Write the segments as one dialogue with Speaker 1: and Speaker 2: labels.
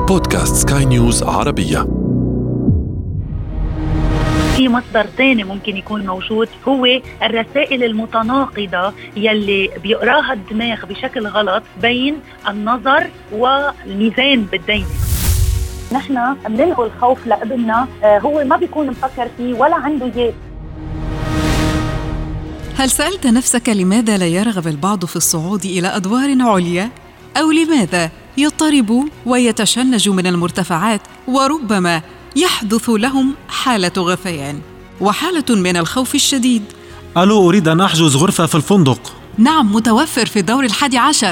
Speaker 1: بودكاست سكاي نيوز عربية.
Speaker 2: في مصدر ثاني ممكن يكون موجود، هو الرسائل المتناقضة يلي بيقراها الدماغ بشكل غلط بين النظر والميزان بالدين. نحن بنلقوا الخوف لابننا، هو ما بيكون مفكر فيه ولا عنده إياه.
Speaker 3: هل سألت نفسك لماذا لا يرغب البعض في الصعود إلى أدوار عليا؟ أو لماذا يضطرب ويتشنج من المرتفعات وربما يحدث لهم حالة غثيان وحالة من الخوف الشديد؟
Speaker 4: ألو، أريد أن أحجز غرفة في الفندق.
Speaker 3: نعم، متوفر في الدور 11.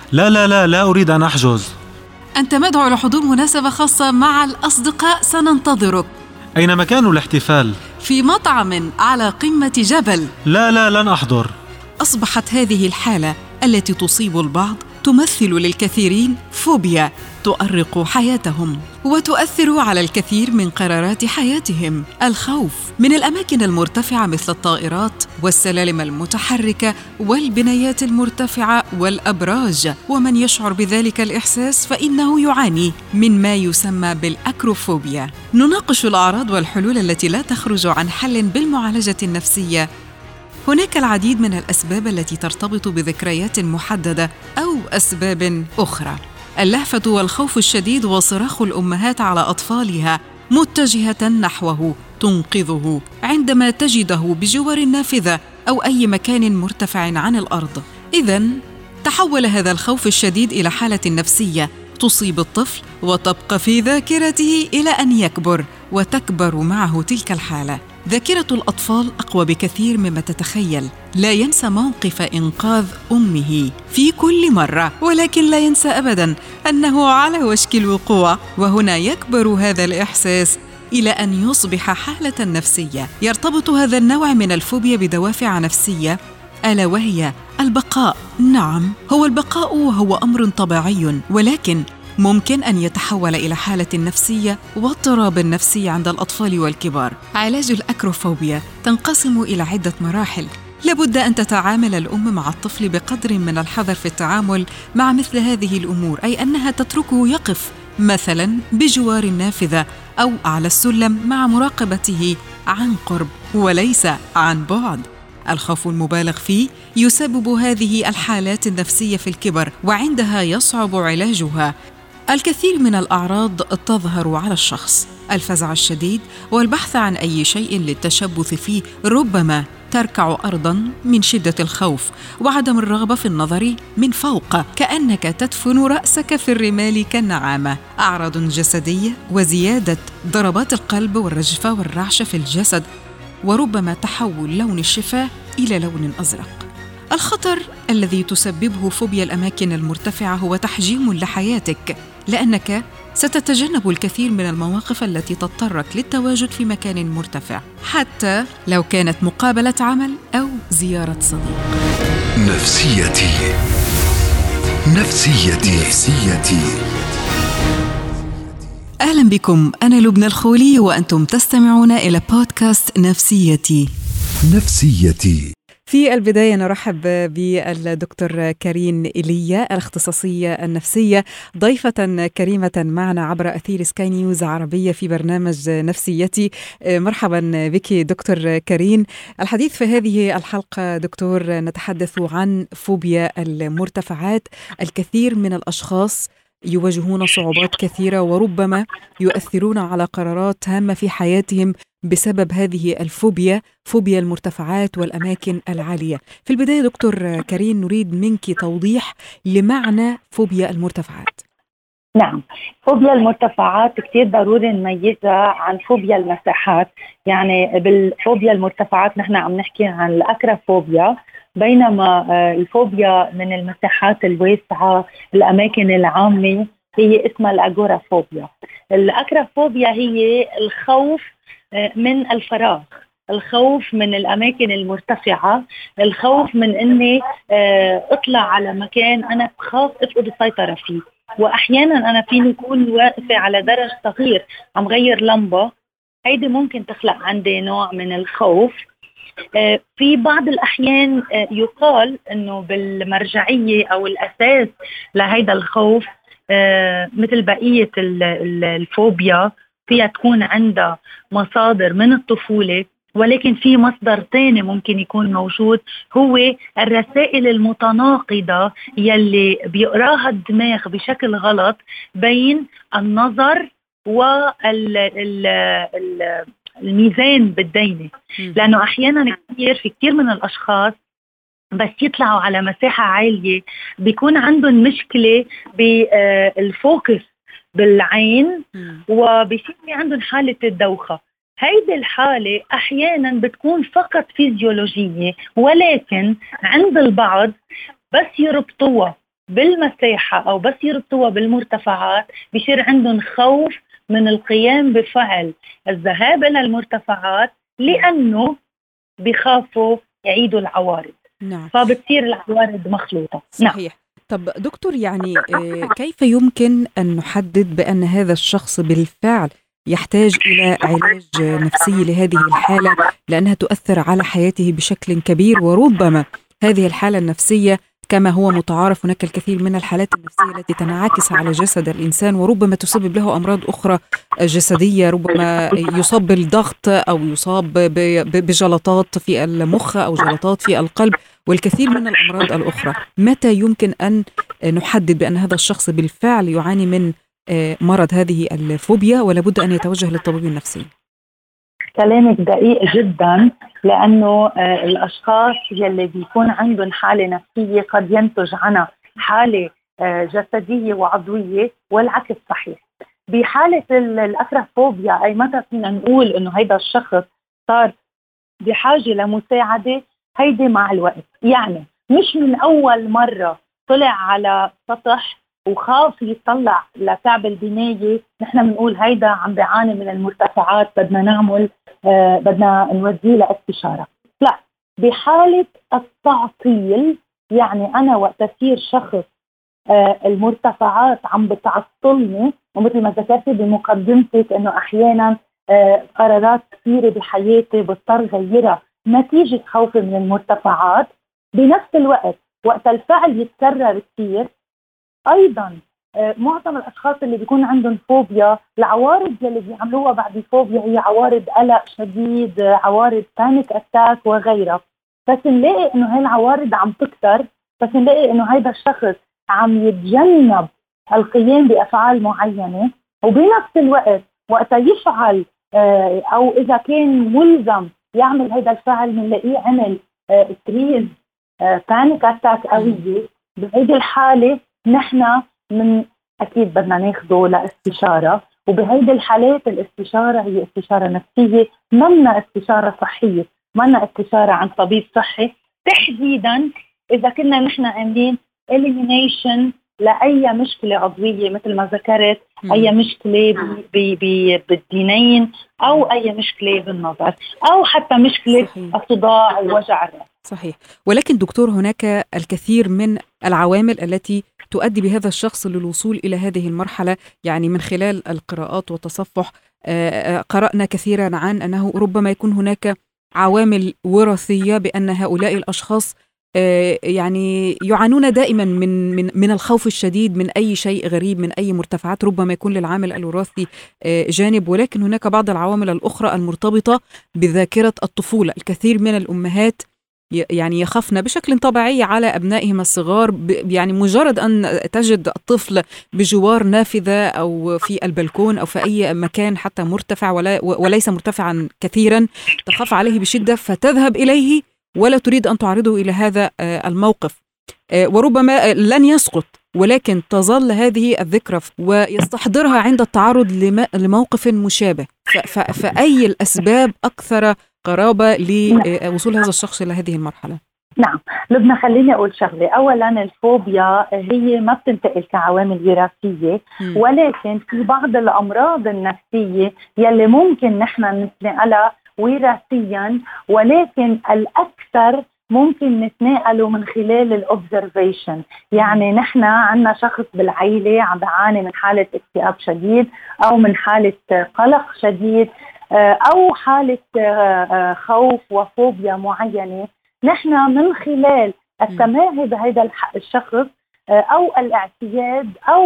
Speaker 4: لا أريد أن أحجز.
Speaker 3: أنت مدعو لحضور مناسبة خاصة مع الأصدقاء، سننتظرك.
Speaker 4: أين مكان الاحتفال؟
Speaker 3: في مطعم على قمة جبل.
Speaker 4: لا لن أحضر.
Speaker 3: أصبحت هذه الحالة التي تصيب البعض تمثل للكثيرين فوبيا تؤرق حياتهم وتؤثر على الكثير من قرارات حياتهم. الخوف من الأماكن المرتفعة مثل الطائرات والسلالم المتحركة والبنايات المرتفعة والأبراج، ومن يشعر بذلك الإحساس فإنه يعاني من ما يسمى بالأكروفوبيا. نناقش الأعراض والحلول التي لا تخرج عن حل بالمعالجة النفسية. هناك العديد من الأسباب التي ترتبط بذكريات محددة أو أسباب أخرى. اللهفة والخوف الشديد وصراخ الأمهات على أطفالها متجهة نحوه تنقذه عندما تجده بجوار النافذة أو أي مكان مرتفع عن الأرض. إذن تحول هذا الخوف الشديد إلى حالة نفسية تصيب الطفل وتبقى في ذاكرته إلى أن يكبر وتكبر معه تلك الحالة. ذاكرة الأطفال أقوى بكثير مما تتخيل. لا ينسى موقف إنقاذ أمه في كل مرة، ولكن لا ينسى أبداً أنه على وشك الوقوع، وهنا يكبر هذا الإحساس إلى أن يصبح حالة نفسية. يرتبط هذا النوع من الفوبيا بدوافع نفسية، ألا وهي البقاء. نعم، هو البقاء وهو أمر طبيعي، ولكن ممكن أن يتحول إلى حالة نفسية واضطراب نفسي عند الأطفال والكبار. علاج الأكروفوبيا تنقسم إلى عدة مراحل. لابد أن تتعامل الأم مع الطفل بقدر من الحذر في التعامل مع مثل هذه الأمور، أي أنها تتركه يقف مثلا بجوار النافذة أو على السلم مع مراقبته عن قرب وليس عن بعد. الخوف المبالغ فيه يسبب هذه الحالات النفسية في الكبر، وعندها يصعب علاجها. الكثير من الأعراض تظهر على الشخص: الفزع الشديد والبحث عن أي شيء للتشبث فيه، ربما تركع أرضاً من شدة الخوف، وعدم الرغبة في النظر من فوق كأنك تدفن رأسك في الرمال كالنعامة. أعراض جسدية وزيادة ضربات القلب والرجفة والرعشة في الجسد، وربما تحول لون الشفاه إلى لون أزرق. الخطر الذي تسببه فوبيا الأماكن المرتفعة هو تحجيم لحياتك، لأنك ستتجنب الكثير من المواقف التي تضطرك للتواجد في مكان مرتفع، حتى لو كانت مقابلة عمل أو زيارة صديق.
Speaker 1: نفسيتي.
Speaker 3: أهلا بكم، أنا لبنى الخولي وأنتم تستمعون إلى بودكاست نفسيتي. في البداية نرحب بالدكتور كارين إيليا، الاختصاصية النفسية، ضيفة كريمة معنا عبر أثير سكاي نيوز عربية في برنامج نفسيتي. مرحبا بك دكتور كارين. الحديث في هذه الحلقة دكتور نتحدث عن فوبيا المرتفعات. الكثير من الأشخاص يواجهون صعوبات كثيرة وربما يؤثرون على قرارات هامة في حياتهم بسبب هذه الفوبيا، فوبيا المرتفعات والأماكن العالية. في البداية دكتور كارين نريد منك توضيح لمعنى فوبيا المرتفعات.
Speaker 2: نعم، فوبيا المرتفعات كتير ضروري نميزها عن فوبيا المساحات. يعني بالفوبيا المرتفعات نحن عم نحكي عن الأكروفوبيا، بينما الفوبيا من المساحات الواسعة الأماكن العامة هي اسمها الأجورافوبيا. الأكروفوبيا هي الخوف من الفراغ، الخوف من الأماكن المرتفعة، الخوف من أني أطلع على مكان أنا بخاف أفقد السيطرة فيه. وأحيانا أنا فيني أكون واقفة على درج صغير عم غير لمبة، هيدي ممكن تخلق عندي نوع من الخوف. في بعض الأحيان يقال أنه بالمرجعية أو الأساس لهذا الخوف مثل بقية الفوبيا فيها تكون عندها مصادر من الطفولة، ولكن في مصدر تاني ممكن يكون موجود، هو الرسائل المتناقضة يلي بيقراها الدماغ بشكل غلط بين النظر والميزان بالدينة. لأنه أحيانا في كثير من الأشخاص بس يطلعوا على مساحة عالية بيكون عندهم مشكلة بالفوكس بالعين، وبيصير عندهم حالة الدوخة. هيدي الحالة أحيانا بتكون فقط فيزيولوجية، ولكن عند البعض بس يربطوها بالمساحة أو بس يربطوها بالمرتفعات بيصير عندهم خوف من القيام بفعل الذهاب إلى المرتفعات، لأنه بيخافوا يعيدوا العوارض.
Speaker 3: نعم.
Speaker 2: فبتصير العوارض مخلوطة.
Speaker 3: صحيح. نعم. طب دكتور، يعني كيف يمكن أن نحدد بأن هذا الشخص بالفعل يحتاج إلى علاج نفسي لهذه الحالة، لأنها تؤثر على حياته بشكل كبير؟ وربما هذه الحالة النفسية كما هو متعارف هناك الكثير من الحالات النفسية التي تنعكس على جسد الإنسان وربما تسبب له أمراض أخرى جسدية، ربما يصاب بالضغط أو يصاب بجلطات في المخ أو جلطات في القلب والكثير من الأمراض الأخرى. متى يمكن أن نحدد بأن هذا الشخص بالفعل يعاني من مرض هذه الفوبيا ولا بد أن يتوجه للطبيب النفسي؟
Speaker 2: كلامك دقيق جدا، لأنه الأشخاص يلي بيكون عندهم حالة نفسية قد ينتج عنها حالة جسدية وعضوية، والعكس صحيح. بحالة الأكرافوبيا أي متى فينا نقول إنه هيدا الشخص صار بحاجة لمساعدة؟ هيدي مع الوقت، يعني مش من أول مرة طلع على سطح وخاف يطلع لكعب البناية نحن بنقول هيدا عم بيعاني من المرتفعات بدنا نعمل بدنا نوديه لاستشارة. لا، بحالة التعطيل، يعني أنا وقت أصير شخص المرتفعات عم بتعطلني، ومثل ما ذكرتي بمقدمتك إنه أحيانا قرارات كثيرة بحياتي بضطر غيرها نتيجة خوفي من المرتفعات. بنفس الوقت وقت الفعل يتكرر كثير أيضا معظم الأشخاص اللي بيكون عندهم فوبيا العوارض اللي بيعملوها بعد الفوبيا هي عوارض قلق شديد، عوارض بانيك أتاك وغيرها. بس نلاقي إنه هاي العوارض عم تكتر، بس نلاقي إنه هيدا الشخص عم يتجنب القيام بأفعال معينة، وبنفس الوقت وقت يفعل أو إذا كان ملزم يعمل هيدا الفعل بنلاقيه عمل كريز بانيك أتاك قوية. بهيدي الحالة نحن من أكيد بدنا ناخده لاستشارة، وبهيدي الحالات الاستشارة هي استشارة نفسية، منا استشارة صحية، منا استشارة عن طبيب صحي، تحديدا إذا كنا نحن عاملين elimination لأي مشكلة عضوية مثل ما ذكرت، أي مشكلة بالدينين أو أي مشكلة بالنظر أو حتى مشكلة الصداع ووجع الرأس.
Speaker 3: صحيح. ولكن دكتور، هناك الكثير من العوامل التي تؤدي بهذا الشخص للوصول إلى هذه المرحلة، يعني من خلال القراءات والتصفح قرأنا كثيرا عن أنه ربما يكون هناك عوامل وراثية، بأن هؤلاء الأشخاص يعني يعانون دائما من الخوف الشديد من أي شيء غريب، من أي مرتفعات. ربما يكون للعامل الوراثي جانب، ولكن هناك بعض العوامل الأخرى المرتبطة بذاكرة الطفولة. الكثير من الأمهات يعني يخافن بشكل طبيعي على أبنائهم الصغار، يعني مجرد أن تجد الطفل بجوار نافذة أو في البلكون أو في أي مكان حتى مرتفع وليس مرتفعا كثيرا تخاف عليه بشدة، فتذهب إليه ولا تريد أن تعرضه إلى هذا الموقف، وربما لن يسقط ولكن تظل هذه الذكرى ويستحضرها عند التعرض لموقف مشابه. فأي الأسباب أكثر قرابة لوصول هذا الشخص إلى هذه المرحلة؟
Speaker 2: نعم لبنى، خليني أقول شغلة. أولا الفوبيا هي ما بتنتقل كعوامل وراثية، ولكن في بعض الأمراض النفسية يلي ممكن نحن نتنقلها وراثيا، ولكن الأكثر ممكن نتنقله من خلال الأوبزرفيشن. يعني نحن عندنا شخص بالعيلة عم بيعاني من حالة اكتئاب شديد أو من حالة قلق شديد أو حالة خوف وفوبيا معينة، نحن من خلال التماهي بهذا الشخص أو الاعتياد أو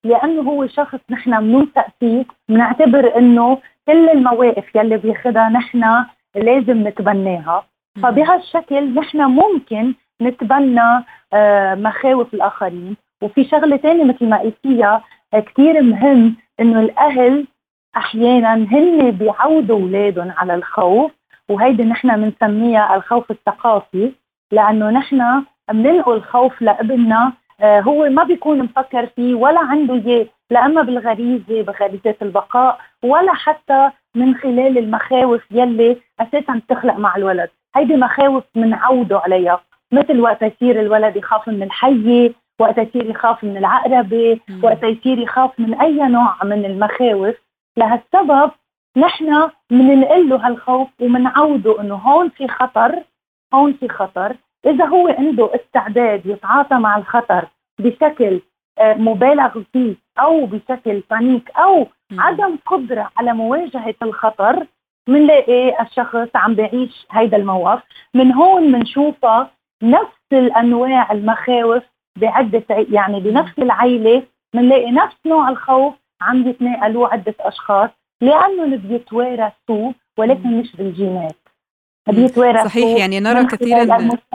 Speaker 2: لأنه هو شخص نحن بنوثق فيه، بنعتبر إنه كل المواقف يلي بياخدها نحن لازم نتبناها. فبهالشكل نحن ممكن نتبنى مخاوف الآخرين. وفي شغلة تانية مثل ما قلتيها كتير مهم، إنه الأهل أحيانا هن بيعودوا أولادهم على الخوف، وهيدي نحن بنسميها الخوف الثقافي، لأنه نحن بننقل خوف لابننا هو ما بيكون مفكر فيه ولا عنده إياه، لا أما بغريزة البقاء، ولا حتى من خلال المخاوف يلي أساسا بتخلق مع الولد. هيدي مخاوف منعوده عليها، مثل وقت يصير الولد يخاف من الحية، وقت يصير يخاف من العقربة، وقت يصير يخاف من أي نوع من المخاوف. لهالسبب نحن مننقل له هالخوف ومنعوده إنه هون في خطر، هون في خطر. إذا هو عنده استعداد يتعاطى مع الخطر بشكل مبالغ فيه أو بشكل بانيك أو عدم قدرة على مواجهة الخطر، منلاقي الشخص عم بيعيش هيدا الموقف. من هون منشوفه نفس الأنواع المخاوف بعدة، يعني بنفس العائلة منلاقي نفس نوع الخوف عم يتناقلوه عدة أشخاص، لأنه بيتوارثوا ولكن مش بالجينات.
Speaker 3: صحيح، يعني نرى كثيرا.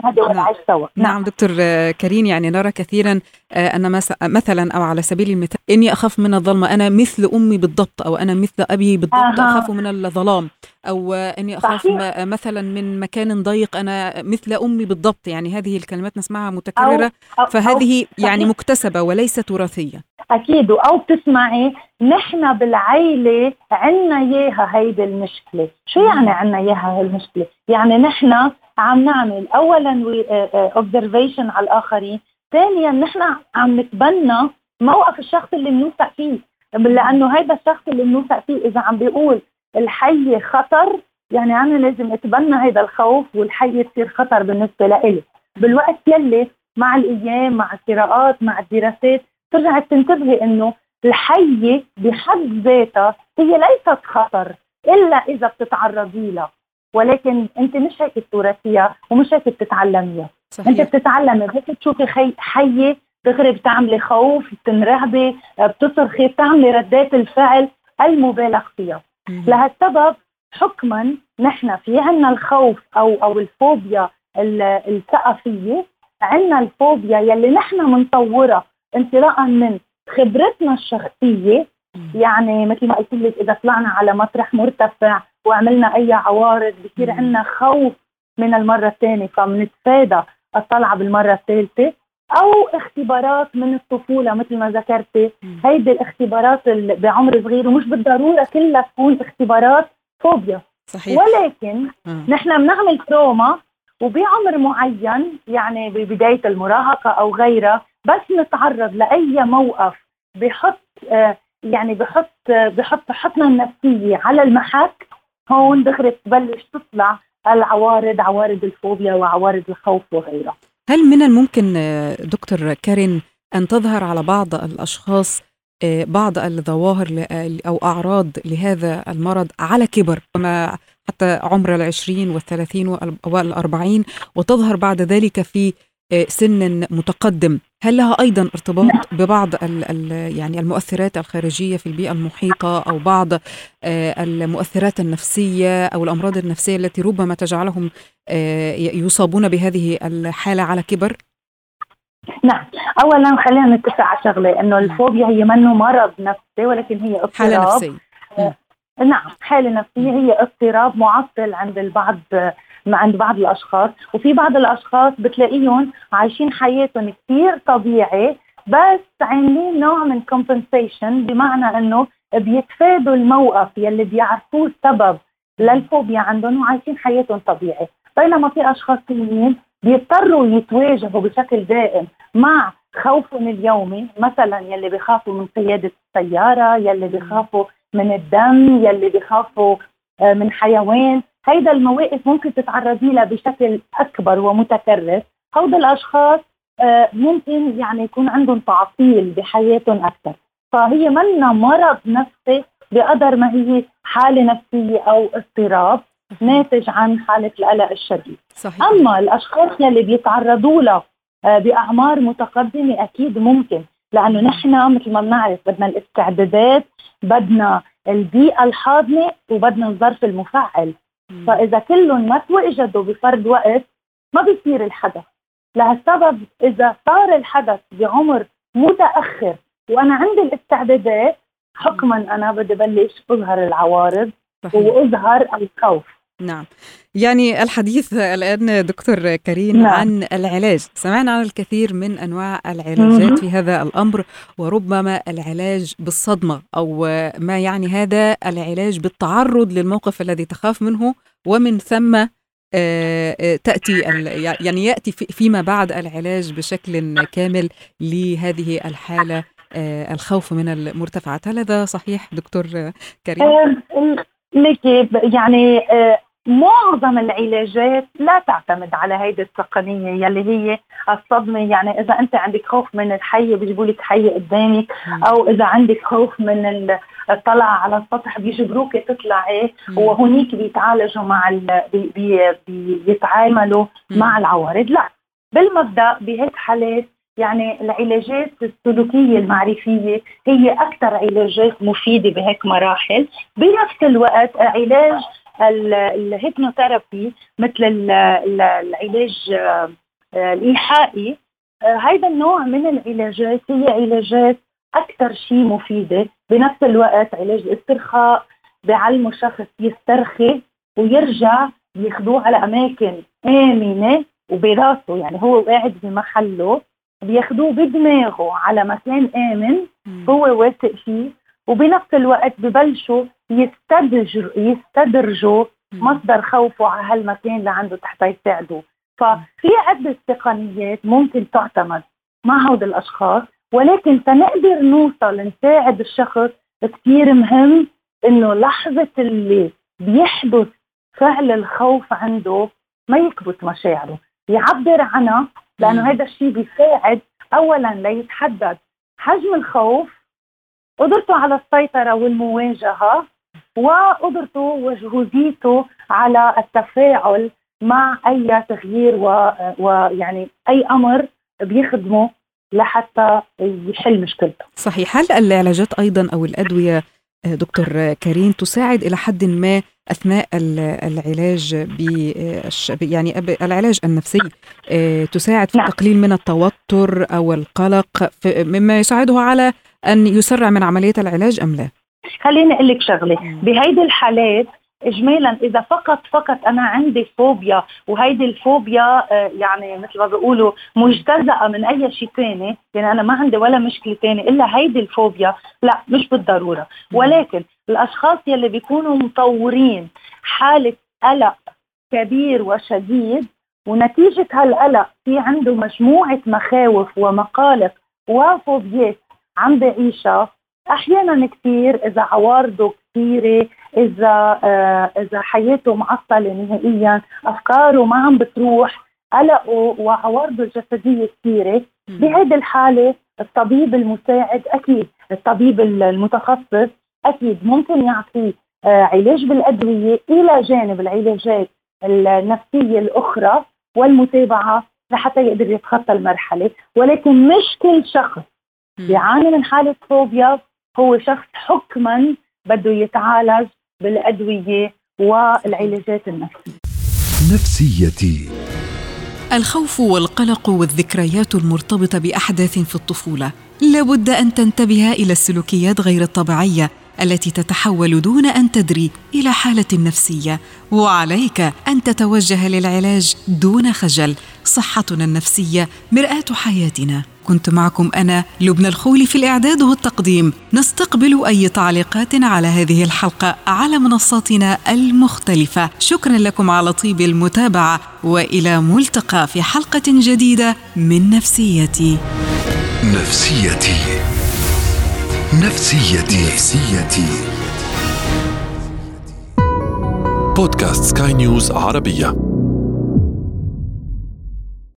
Speaker 3: نعم دكتور كريم، يعني نرى كثيرا أن مثلا أو على سبيل المثال إني أخاف من الظلمة، أنا مثل أمي بالضبط، أو أنا مثل أبي بالضبط، أخاف من الظلام، أو إني أخاف مثلا من مكان ضيق، أنا مثل أمي بالضبط. يعني هذه الكلمات نسمعها متكررة، فهذه يعني مكتسبة وليست وراثية.
Speaker 2: أكيد. أو بتسمعي نحن بالعائلة عنا إياها هيدي المشكلة. شو يعني عنا إياها هاي المشكلة؟ يعني نحن عم نعمل أولا observation على الآخرين، ثانيا نحن عم نتبنى موقف الشخص اللي بنوثق فيه، لأنه هيدا الشخص اللي بنوثق فيه إذا عم بيقول الحي خطر، يعني أنا لازم أتبنى هيدا الخوف والحي تصير خطر بالنسبة لإلي. بالوقت يلي مع الأيام، مع القراءات، مع الدراسات، ترجع تنتبهي إنه الحية بحد ذاتها هي ليست خطر إلا إذا بتتعرضي لها، ولكن أنت مش هيك تورثيها ومش هيك بتتعلميها. أنت بتتعلمي هيك تشوفي حية دغري بتعملي خوف، بتنرعبي، بتصرخي، بتعملي ردات الفعل المبالغ فيها. لهالسبب حكما نحن في عنا الخوف أو الفوبيا الثقافية، عنا الفوبيا يلي نحن منطورها انطلاقا من خبرتنا الشخصية. يعني مثل ما قلت لك، إذا طلعنا على مسرح مرتفع وعملنا أي عوارض بصير عنا خوف من المرة الثانية، فمنتفادى الطلعة بالمرة الثالثة. أو اختبارات من الطفولة مثل ما ذكرتي، هيدي الاختبارات بعمر صغير، ومش بالضرورة كلها تكون اختبارات فوبيا. صحيح. ولكن نحن بنعمل تروما وبعمر معين، يعني ببداية المراهقة أو غيرها، بس نتعرض لأي موقف بحط حطنا النفسية على المحك، هون دغري تبلش تطلع العوارض، عوارض الفوبيا وعوارض الخوف وغيرها.
Speaker 3: هل من الممكن دكتور كارين أن تظهر على بعض الأشخاص بعض الظواهر أو أعراض لهذا المرض على كبر، حتى عمر 20 و30 و40، وتظهر بعد ذلك في سن متقدم؟ هل لها أيضا ارتباط ببعض يعني المؤثرات الخارجية في البيئة المحيطة، أو بعض المؤثرات النفسية أو الأمراض النفسية التي ربما تجعلهم يصابون بهذه الحالة على كبر؟
Speaker 2: نعم، أولا خلينا نتفق على شغلة، إنه الفوبيا هي منه مرض نفسي، ولكن هي اضطراب،
Speaker 3: حالة نفسية.
Speaker 2: نعم، حالة نفسية، هي اضطراب معطل عند البعض، عند بعض الأشخاص. وفي بعض الأشخاص بتلاقيهم عايشين حياتهم كتير طبيعي، بس عاملين نوع من compensation، بمعنى أنه بيتفادوا الموقف يلي بيعرفوه السبب للفوبيا عندهم وعايشين حياتهم طبيعي. بينما في أشخاص تانيين بيضطروا يتواجهوا بشكل دائم مع خوفهم اليومي، مثلا يلي بيخافوا من قيادة السيارة، يلي بيخافوا من الدم، يلي بيخافوا من حيوان. هيدا المواقف ممكن تتعرضي لها بشكل أكبر ومتكرر. هؤلاء الأشخاص ممكن يعني يكون عندهم تعطيل بحياتهم أكثر. فهي منا مرض نفسي بقدر ما هي حالة نفسية أو اضطراب ناتج عن حالة القلق الشديد. صحيح. أما الأشخاص اللي بيتعرضوا لها بأعمار متقدمة، أكيد ممكن لأنه نحن مثل ما بنعرف بدنا الاستعدادات، بدنا البيئة الحاضنة، وبدنا الظرف المفعل. فإذا كلهم ما توجدوا بفرد وقت ما بيصير الحدث. لهالسبب إذا صار الحدث بعمر متأخر وأنا عندي الاستعدادات، حكما أنا بدي بلش أظهر العوارض وأظهر الخوف.
Speaker 3: نعم، يعني الحديث الآن دكتور كريم عن العلاج. سمعنا عن الكثير من أنواع العلاجات في هذا الأمر، وربما العلاج بالصدمة أو ما يعني هذا العلاج بالتعرض للموقف الذي تخاف منه، ومن ثم يأتي فيما بعد العلاج بشكل كامل لهذه الحالة، الخوف من المرتفعات. هل هذا صحيح دكتور كريم؟
Speaker 2: يعني معظم العلاجات لا تعتمد على هيدي التقنية يلي هي الصدمة. يعني إذا أنت عندك خوف من الحية بيجيبوا لك حية قدامك، أو إذا عندك خوف من الطلع على السطح بيجبروك تطلعي، وهنيك بيتعالجوا بيتعاملوا مع العوارض. لا، بالمبدأ بهيك حالات يعني العلاجات السلوكية المعرفية هي أكثر علاجات مفيدة بهيك مراحل. بنفس الوقت علاج الهيبنوثيرابي مثل العلاج الإيحائي، هذا النوع من العلاجات هي علاجات أكثر شيء مفيدة. بنفس الوقت علاج الاسترخاء بيعلموا الشخص يسترخي ويرجع، ياخدوه على أماكن آمنة وبراسه، يعني هو قاعد بمحله بياخدوه بدماغه على مكان آمن هو واثق فيه، وبنفس الوقت ببلشوا يستدرجوا مصدر خوفه على هالمكان اللي عنده تحت يساعدوه. ففي عدة تقنيات ممكن تعتمد مع هؤلاء الأشخاص، ولكن تنقدر نوصل نساعد الشخص كتير مهم إنه لحظة اللي بيحدث فعل الخوف عنده ما يكبت مشاعره، يعبر عنها، لأنه هذا الشيء بيساعد أولا ليتحدد حجم الخوف، قدرته على السيطرة والمواجهة، وقدرته وجهوزيته على التفاعل مع أي تغيير ويعني أي أمر بيخدمه لحتى يحل مشكلته.
Speaker 3: صحيح. هل العلاجات أيضا أو الأدوية دكتور كريم تساعد إلى حد ما أثناء العلاج يعني العلاج النفسي، تساعد في التقليل من التوتر أو القلق، مما يساعده على أن يسرع من عملية العلاج أم لا؟
Speaker 2: خليني أقول لك شغلة. بهيدي الحالات إجمالا إذا فقط أنا عندي فوبيا، وهيدي الفوبيا يعني مثل ما بيقولوا مجتزأة من أي شيء تاني، يعني أنا ما عندي ولا مشكلة تاني إلا هيدي الفوبيا، لا مش بالضرورة. ولكن الأشخاص يلي بيكونوا مطورين حالة قلق كبير وشديد، ونتيجة هالقلق في عنده مجموعة مخاوف ومقالق وفوبيات عم بعيشها، أحيانا كتير إذا عوارضه كثيرة، إذا حياته معطلة نهائيا، أفكاره ما عم بتروح، قلقه وعوارضه الجسدية كثيرة، بهذه الحالة الطبيب المساعد أكيد، الطبيب المتخصص أكيد ممكن يعطيه علاج بالأدوية إلى جانب العلاجات النفسية الأخرى والمتابعة لحتى يقدر يتخطى المرحلة. ولكن مش كل شخص بيعاني من حالة فوبيا هو شخص حكما بده يتعالج بالأدوية والعلاجات النفسية.
Speaker 1: نفسيتي.
Speaker 3: الخوف والقلق والذكريات المرتبطة بأحداث في الطفولة لابد أن تنتبه إلى السلوكيات غير الطبيعية التي تتحول دون أن تدري إلى حالة نفسية، وعليك أن تتوجه للعلاج دون خجل. صحتنا النفسية مرآة حياتنا. كنت معكم أنا لبنى الخولي في الإعداد والتقديم. نستقبل أي تعليقات على هذه الحلقة على منصاتنا المختلفة. شكرا لكم على طيب المتابعة، وإلى ملتقى في حلقة جديدة من نفسيتي.
Speaker 1: نفسيتي. بودكاست سكاي نيوز عربية.